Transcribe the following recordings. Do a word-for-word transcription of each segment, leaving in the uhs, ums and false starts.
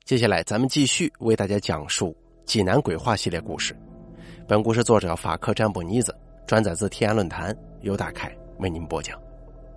接下来咱们继续为大家讲述济南鬼话系列故事。本故事作者法克占卜妮子，转载自天涯论坛，由大凯为您播讲。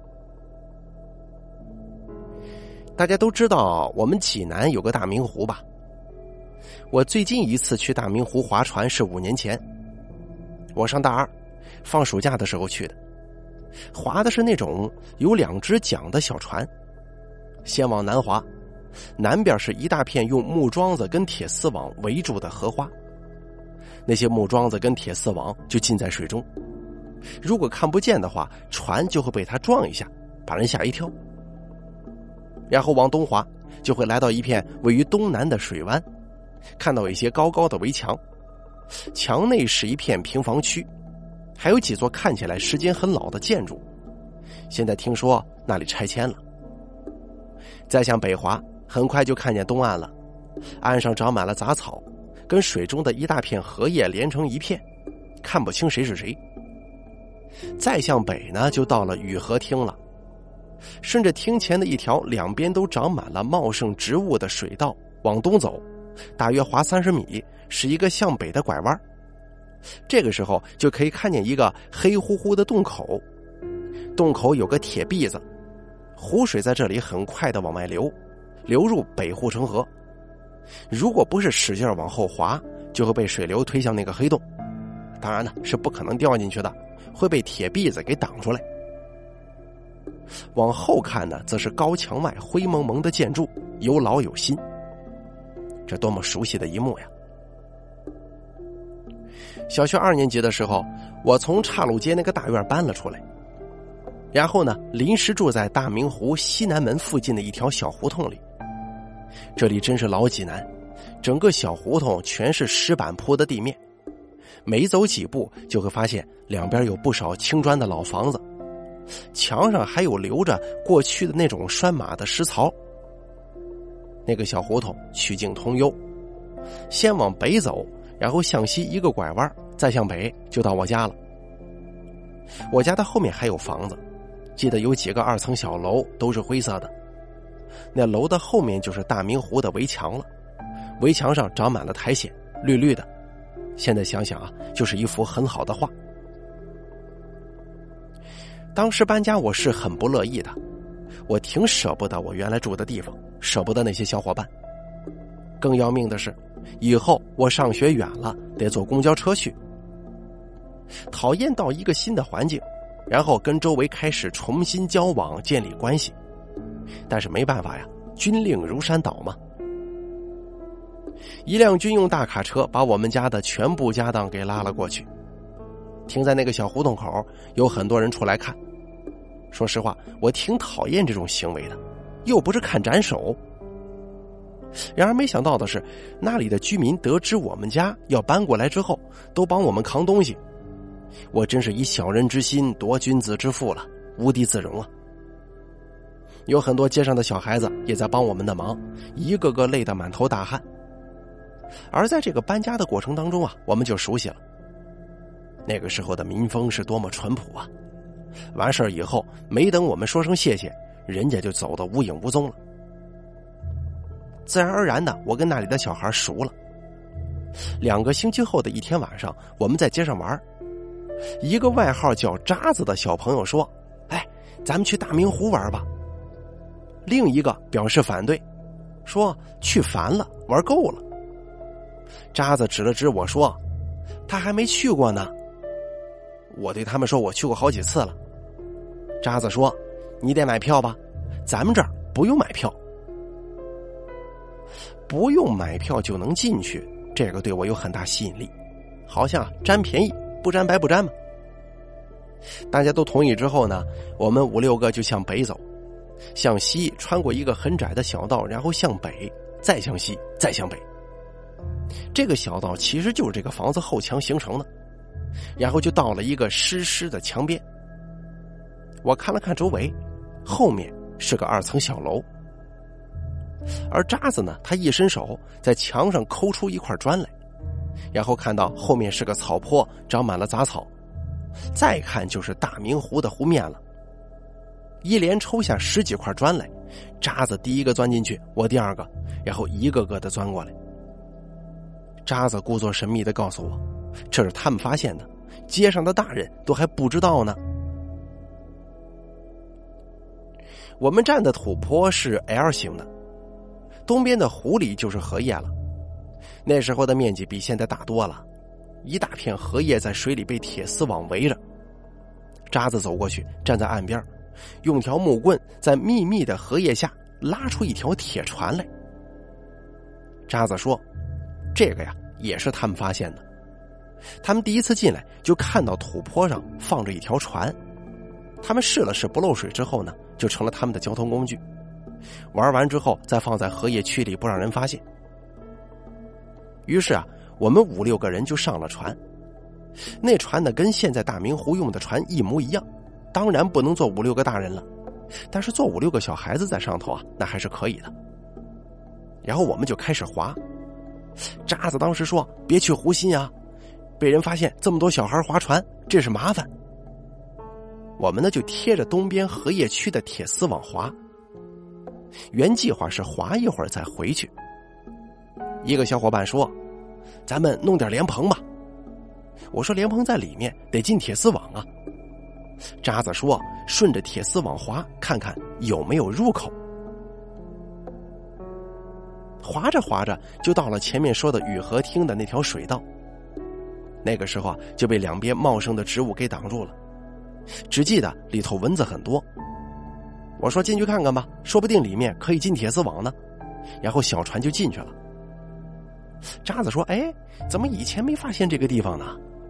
大家都知道我们济南有个大明湖吧？我最近一次去大明湖划船是五年前，我上大二放暑假的时候去的，划的是那种有两只桨的小船，先往南划，南边是一大片用木桩子跟铁丝网围住的荷花，那些木桩子跟铁丝网就浸在水中，如果看不见的话，船就会被它撞一下，把人吓一跳。然后往东划，就会来到一片位于东南的水湾，看到一些高高的围墙，墙内是一片平房区，还有几座看起来时间很老的建筑，现在听说那里拆迁了。再向北划，很快就看见东岸了，岸上长满了杂草，跟水中的一大片荷叶连成一片，看不清谁是谁。再向北呢，就到了雨荷厅了，顺着厅前的一条两边都长满了茂盛植物的水道往东走，大约划三十米，是一个向北的拐弯。这个时候就可以看见一个黑乎乎的洞口，洞口有个铁篦子，湖水在这里很快的往外流，流入北护城河。如果不是使劲往后滑，就会被水流推向那个黑洞，当然呢是不可能掉进去的，会被铁篦子给挡出来。往后看呢，则是高墙外灰蒙蒙的建筑，有老有新，这多么熟悉的一幕呀！小学二年级的时候，我从岔路街那个大院搬了出来，然后呢，临时住在大明湖西南门附近的一条小胡同里。这里真是老济南，整个小胡同全是石板铺的地面，每走几步就会发现两边有不少青砖的老房子，墙上还有留着过去的那种拴马的石槽。那个小胡同曲径通幽，先往北走，然后向西一个拐弯，再向北就到我家了。我家的后面还有房子，记得有几个二层小楼，都是灰色的。那楼的后面就是大明湖的围墙了，围墙上长满了苔藓，绿绿的，现在想想啊，就是一幅很好的画。当时搬家我是很不乐意的，我挺舍不得我原来住的地方，舍不得那些小伙伴。更要命的是，以后我上学远了，得坐公交车去。讨厌到一个新的环境，然后跟周围开始重新交往，建立关系。但是没办法呀，军令如山倒嘛。一辆军用大卡车把我们家的全部家当给拉了过去，停在那个小胡同口，有很多人出来看。说实话，我挺讨厌这种行为的，又不是看斩首。然而没想到的是，那里的居民得知我们家要搬过来之后，都帮我们扛东西。我真是以小人之心夺君子之腹了，无地自容啊！有很多街上的小孩子也在帮我们的忙，一个个累得满头大汗。而在这个搬家的过程当中啊，我们就熟悉了。那个时候的民风是多么淳朴啊！完事儿以后，没等我们说声谢谢，人家就走得无影无踪了。自然而然的，我跟那里的小孩熟了。两个星期后的一天晚上，我们在街上玩，一个外号叫渣子的小朋友说：“哎，咱们去大明湖玩吧。”另一个表示反对，说去烦了，玩够了。渣子指了指我说：“他还没去过呢。”我对他们说：“我去过好几次了。”渣子说：“你得买票吧，咱们这儿不用买票。”不用买票就能进去，这个对我有很大吸引力，好像占便宜，不占白不占嘛。大家都同意之后呢，我们五六个就向北走，向西穿过一个很窄的小道，然后向北，再向西，再向北。这个小道其实就是这个房子后墙形成的，然后就到了一个湿湿的墙边。我看了看周围，后面是个二层小楼。而渣子呢，他一伸手在墙上抠出一块砖来，然后看到后面是个草坡，长满了杂草，再看就是大明湖的湖面了。 一连抽下十几块砖来，渣子第一个钻进去，我第二个，然后一个个的钻过来。渣子故作神秘的告诉我，这是他们发现的，街上的大人都还不知道呢。我们站的土坡是 L 型的，东边的湖里就是荷叶了。那时候的面积比现在大多了，一大片荷叶在水里被铁丝网围着。渣子走过去，站在岸边，用条木棍在密密的荷叶下拉出一条铁船来。渣子说，这个呀也是他们发现的。他们第一次进来就看到土坡上放着一条船，他们试了试不漏水之后呢，就成了他们的交通工具。玩完之后再放在荷叶区里不让人发现。于是啊，我们五六个人就上了船。那船呢跟现在大明湖用的船一模一样，当然不能坐五六个大人了，但是坐五六个小孩子在上头啊，那还是可以的。然后我们就开始划。渣子当时说，别去湖心啊，被人发现这么多小孩划船，这是麻烦。我们呢就贴着东边荷叶区的铁丝网划，原计划是划一会儿再回去。一个小伙伴说，咱们弄点莲蓬吧。我说莲蓬在里面，得进铁丝网啊。渣子说，顺着铁丝网划，看看有没有入口。划着划着就到了前面说的雨荷厅的那条水道，那个时候啊就被两边茂盛的植物给挡住了，只记得里头蚊子很多。我说进去看看吧，说不定里面可以进铁丝网呢。然后小船就进去了。渣子说，哎，怎么以前没发现这个地方呢？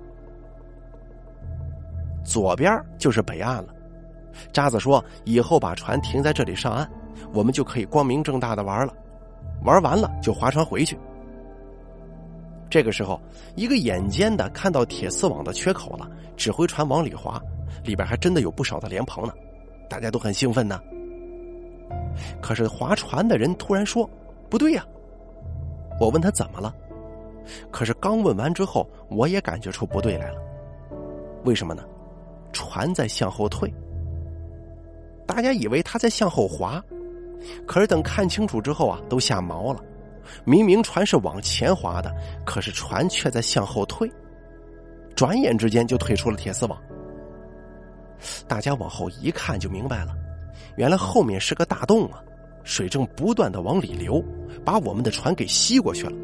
左边就是北岸了。渣子说，以后把船停在这里上岸，我们就可以光明正大的玩了，玩完了就划船回去。这个时候，一个眼尖的看到铁丝网的缺口了，指挥船往里划，里边还真的有不少的莲蓬呢，大家都很兴奋呢。可是划船的人突然说，不对呀。我问他怎么了，可是刚问完之后，我也感觉出不对来了。为什么呢？船在向后退。大家以为他在向后滑，可是等看清楚之后啊，都吓毛了。明明船是往前滑的，可是船却在向后退，转眼之间就退出了铁丝网。大家往后一看就明白了，原来后面是个大洞啊，水正不断的往里流，把我们的船给吸过去了。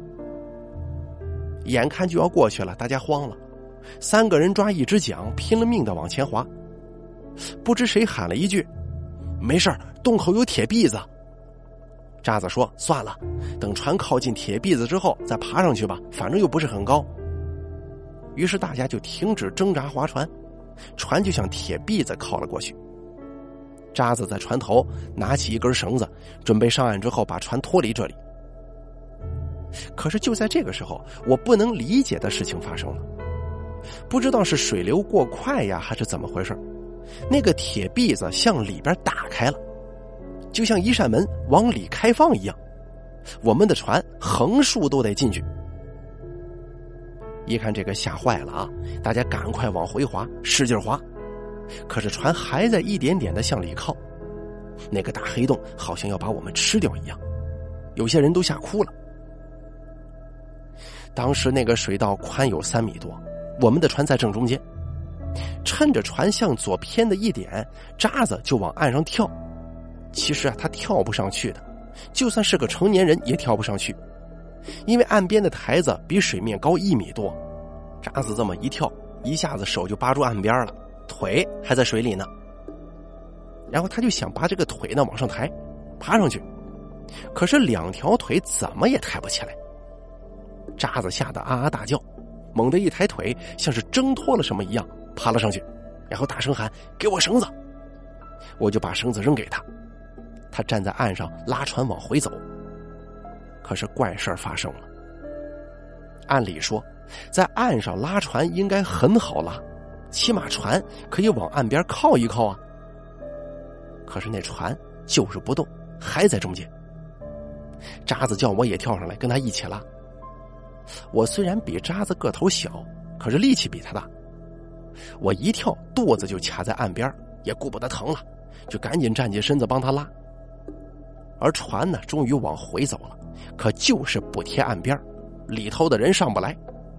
眼看就要过去了，大家慌了，三个人抓一只桨，拼了命的往前滑。不知谁喊了一句，没事，洞口有铁篦子。渣子说，算了，等船靠近铁篦子之后再爬上去吧，反正又不是很高。于是大家就停止挣扎划船，船就向铁篦子靠了过去。渣子在船头拿起一根绳子，准备上岸之后把船脱离这里。可是就在这个时候，我不能理解的事情发生了。不知道是水流过快呀，还是怎么回事，那个铁篦子向里边打开了，就像一扇门往里开放一样，我们的船横竖都得进去。一看这个吓坏了啊，大家赶快往回划，使劲划。可是船还在一点点的向里靠，那个大黑洞好像要把我们吃掉一样，有些人都吓哭了。当时那个水道宽有三米多，我们的船在正中间，趁着船向左偏的一点，渣子就往岸上跳。其实啊，他跳不上去的，就算是个成年人也跳不上去，因为岸边的台子比水面高一米多。渣子这么一跳，一下子手就扒住岸边了，腿还在水里呢。然后他就想把这个腿呢往上抬，爬上去，可是两条腿怎么也抬不起来。渣子吓得啊啊大叫，猛地一抬腿，像是挣脱了什么一样爬了上去，然后大声喊，给我绳子。我就把绳子扔给他，他站在岸上拉船往回走。可是怪事发生了。按理说在岸上拉船应该很好拉，起码船可以往岸边靠一靠啊。可是那船就是不动，还在中间。渣子叫我也跳上来跟他一起拉。我虽然比渣子个头小，可是力气比他大，我一跳肚子就卡在岸边，也顾不得疼了， 就赶紧站起身子帮他拉。而船呢，终于往回走了，可就是不贴岸边，里头的人上不来。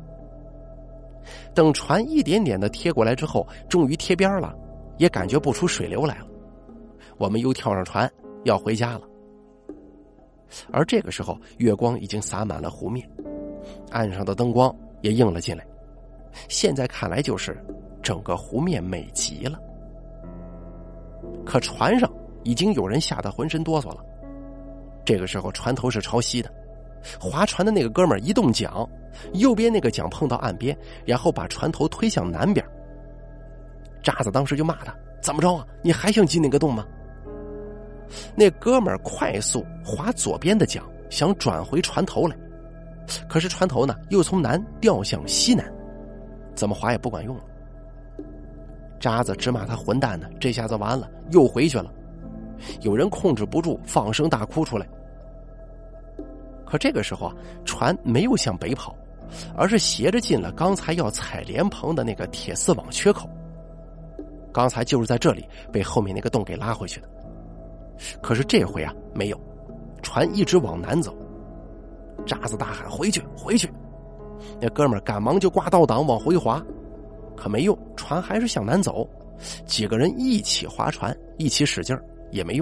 等船一点点的贴过来之后，终于贴边了，也感觉不出水流来了。我们又跳上船要回家了。而这个时候，月光已经洒满了湖面，岸上的灯光也映了进来。现在看来就是整个湖面美极了。可船上已经有人吓得浑身哆嗦了。这个时候船头是朝西的，划船的那个哥们儿一动桨，右边那个桨碰到岸边，然后把船头推向南边。渣子当时就骂他，怎么着啊，你还想进那个洞吗？那哥们儿快速划左边的桨，想转回船头来，可是船头呢又从南调向西南，怎么划也不管用了。渣子直骂他混蛋呢，这下子完了，又回去了。有人控制不住放声大哭出来。可这个时候啊，船没有向北跑，而是斜着进了刚才要踩莲蓬的那个铁丝网缺口。刚才就是在这里被后面那个洞给拉回去的。可是这回啊没有，船一直往南走。渣子大喊回去回去，那哥们儿赶忙就挂倒档往回划，可没用，船还是向南走。几个人一起划船，一起使劲儿也没用。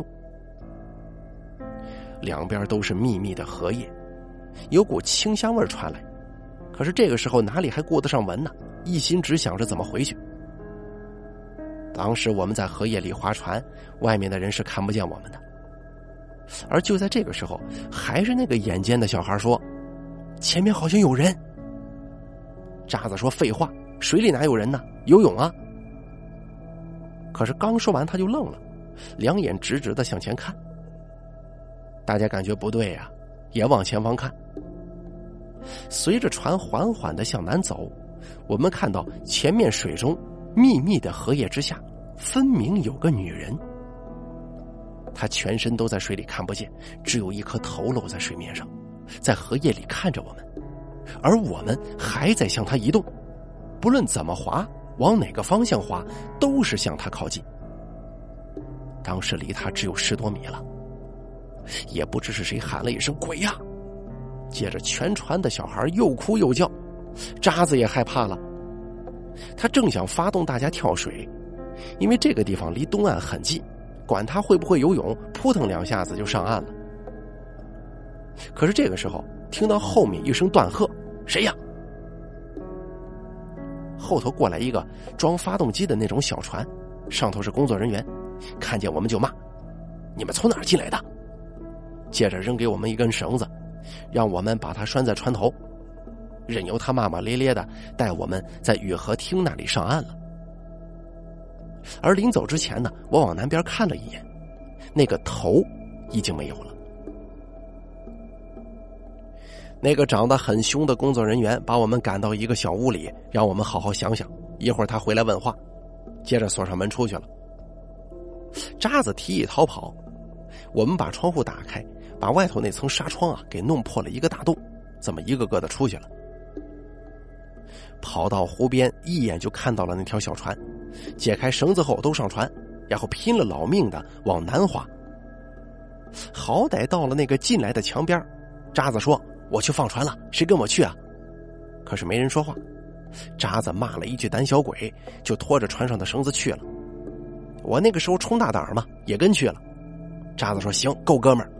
两边都是密密的荷叶，有股清香味传来。可是这个时候哪里还顾得上闻呢？一心只想着怎么回去。当时我们在荷叶里划船，外面的人是看不见我们的。而就在这个时候，还是那个眼尖的小孩说，前面好像有人。渣子说废话，水里哪有人呢？游泳啊。可是刚说完他就愣了，两眼直直的向前看。大家感觉不对呀、啊，也往前方看。随着船缓缓的向南走，我们看到前面水中密密的荷叶之下，分明有个女人。她全身都在水里看不见，只有一颗头露在水面上，在荷叶里看着我们，而我们还在向她移动，不论怎么划，往哪个方向划，都是向她靠近。当时离她只有十多米了，也不知是谁喊了一声鬼呀，接着全船的小孩又哭又叫，渣子也害怕了。他正想发动大家跳水，因为这个地方离东岸很近，管他会不会游泳，扑腾两下子就上岸了。可是这个时候听到后面一声断喝，谁呀？后头过来一个装发动机的那种小船，上头是工作人员，看见我们就骂，你们从哪儿进来的？接着扔给我们一根绳子，让我们把它拴在船头，任由他骂骂咧咧的带我们在雨河厅那里上岸了。而临走之前呢，我往南边看了一眼，那个头已经没有了。那个长得很凶的工作人员把我们赶到一个小屋里，让我们好好想想，一会儿他回来问话，接着锁上门出去了。渣子提议逃跑，我们把窗户打开，把外头那层纱窗啊给弄破了一个大洞，这么一个个的出去了。跑到湖边，一眼就看到了那条小船，解开绳子后都上船，然后拼了老命的往南划。好歹到了那个进来的墙边，渣子说我去放船了，谁跟我去啊？可是没人说话。渣子骂了一句胆小鬼，就拖着船上的绳子去了。我那个时候冲大胆嘛，也跟去了。渣子说行，够哥们儿。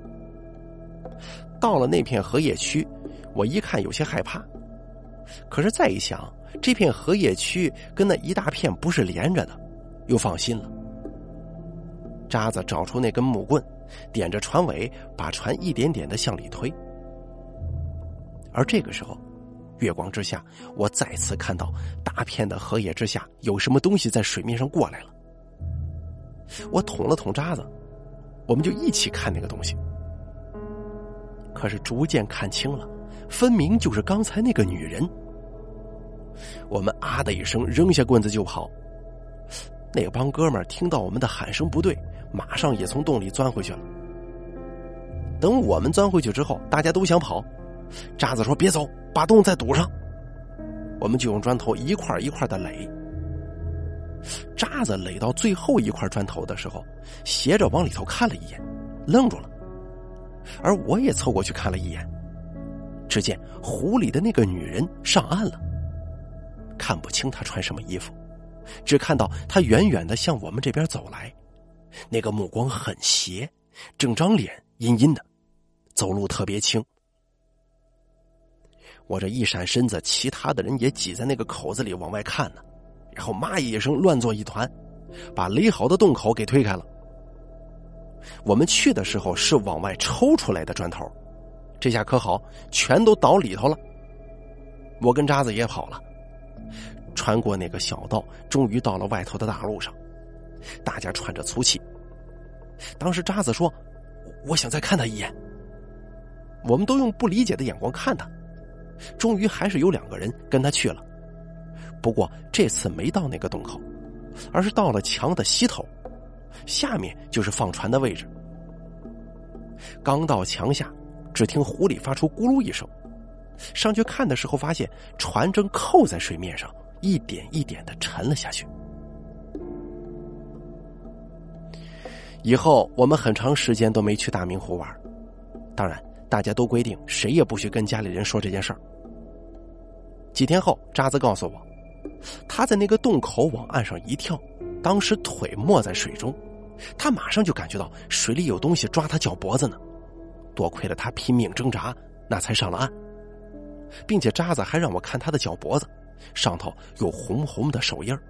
到了那片荷叶区，我一看有些害怕，可是再一想，这片荷叶区跟那一大片不是连着的，又放心了。渣子找出那根木棍，点着船尾，把船一点点的向里推。而这个时候，月光之下，我再次看到大片的荷叶之下有什么东西在水面上过来了。我捅了捅渣子，我们就一起看那个东西。可是逐渐看清了，分明就是刚才那个女人。我们啊的一声扔下棍子就跑。那帮哥们儿听到我们的喊声不对，马上也从洞里钻回去了。等我们钻回去之后，大家都想跑，渣子说别走，把洞再堵上。我们就用砖头一块一块的垒。 渣子垒到最后一块砖头的时候，斜着往里头看了一眼，愣住了。而我也凑过去看了一眼，只见湖里的那个女人上岸了，看不清她穿什么衣服，只看到她远远地向我们这边走来，那个目光很斜，整张脸阴阴的，走路特别轻。我这一闪身子，其他的人也挤在那个口子里往外看呢，然后蚂蚁一声乱作一团，把垒好的洞口给推开了。我们去的时候是往外抽出来的砖头，这下可好，全都倒里头了。我跟渣子也跑了，穿过那个小道，终于到了外头的大路上。大家喘着粗气。当时渣子说：“我想再看他一眼。”我们都用不理解的眼光看他，终于还是有两个人跟他去了。不过这次没到那个洞口，而是到了墙的西头，下面就是放船的位置。刚到墙下，只听湖里发出咕噜一声，上去看的时候发现船正扣在水面上，一点一点的沉了下去。以后我们很长时间都没去大明湖玩，当然大家都规定谁也不许跟家里人说这件事儿。几天后，渣子告诉我，他在那个洞口往岸上一跳，当时腿没在水中，他马上就感觉到水里有东西抓他脚脖子呢，多亏了他拼命挣扎，那才上了岸。并且渣子还让我看他的脚脖子，上头有红红的手印儿。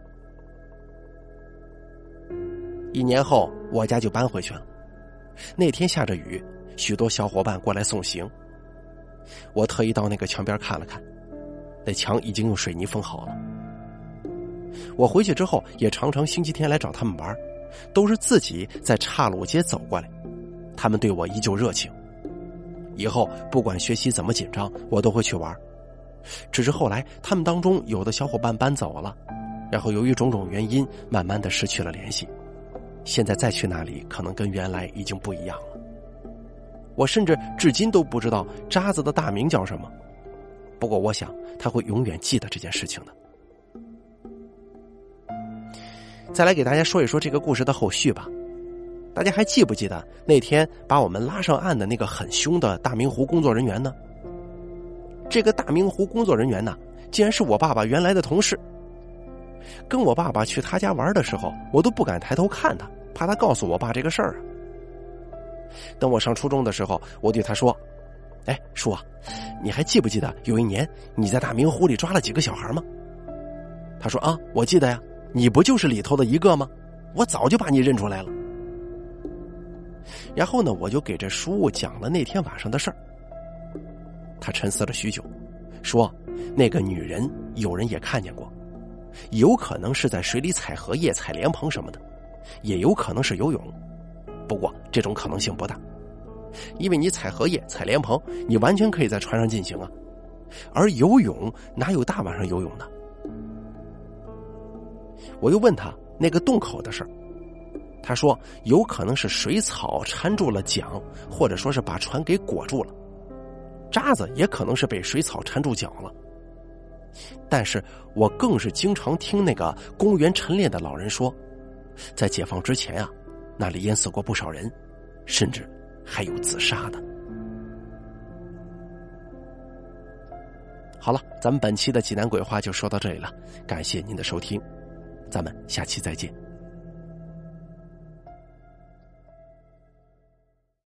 一年后，我家就搬回去了。那天下着雨，许多小伙伴过来送行。我特意到那个墙边看了看，那墙已经用水泥封好了。我回去之后也常常星期天来找他们玩，都是自己在岔路街走过来，他们对我依旧热情。以后不管学习怎么紧张，我都会去玩。只是后来他们当中有的小伙伴搬走了，然后由于种种原因慢慢的失去了联系，现在再去那里可能跟原来已经不一样了。我甚至至今都不知道渣子的大名叫什么，不过我想他会永远记得这件事情的。再来给大家说一说这个故事的后续吧。大家还记不记得那天把我们拉上岸的那个很凶的大明湖工作人员呢？这个大明湖工作人员呢，竟然是我爸爸原来的同事。跟我爸爸去他家玩的时候，我都不敢抬头看他，怕他告诉我爸这个事儿啊。等我上初中的时候，我对他说：“哎，叔啊，你还记不记得有一年你在大明湖里抓了几个小孩吗？”他说：“啊，我记得呀，你不就是里头的一个吗？我早就把你认出来了。”然后呢，我就给这叔讲了那天晚上的事儿。他沉思了许久，说那个女人有人也看见过，有可能是在水里采荷叶、采莲蓬什么的，也有可能是游泳。不过这种可能性不大，因为你采荷叶、采莲蓬，你完全可以在船上进行啊，而游泳哪有大晚上游泳的？我又问他那个洞口的事儿，他说有可能是水草缠住了桨，或者说是把船给裹住了，渣子也可能是被水草缠住脚了。但是我更是经常听那个公园晨练的老人说，在解放之前啊，那里淹死过不少人，甚至还有自杀的。好了，咱们本期的济南鬼话就说到这里了，感谢您的收听，咱们下期再见。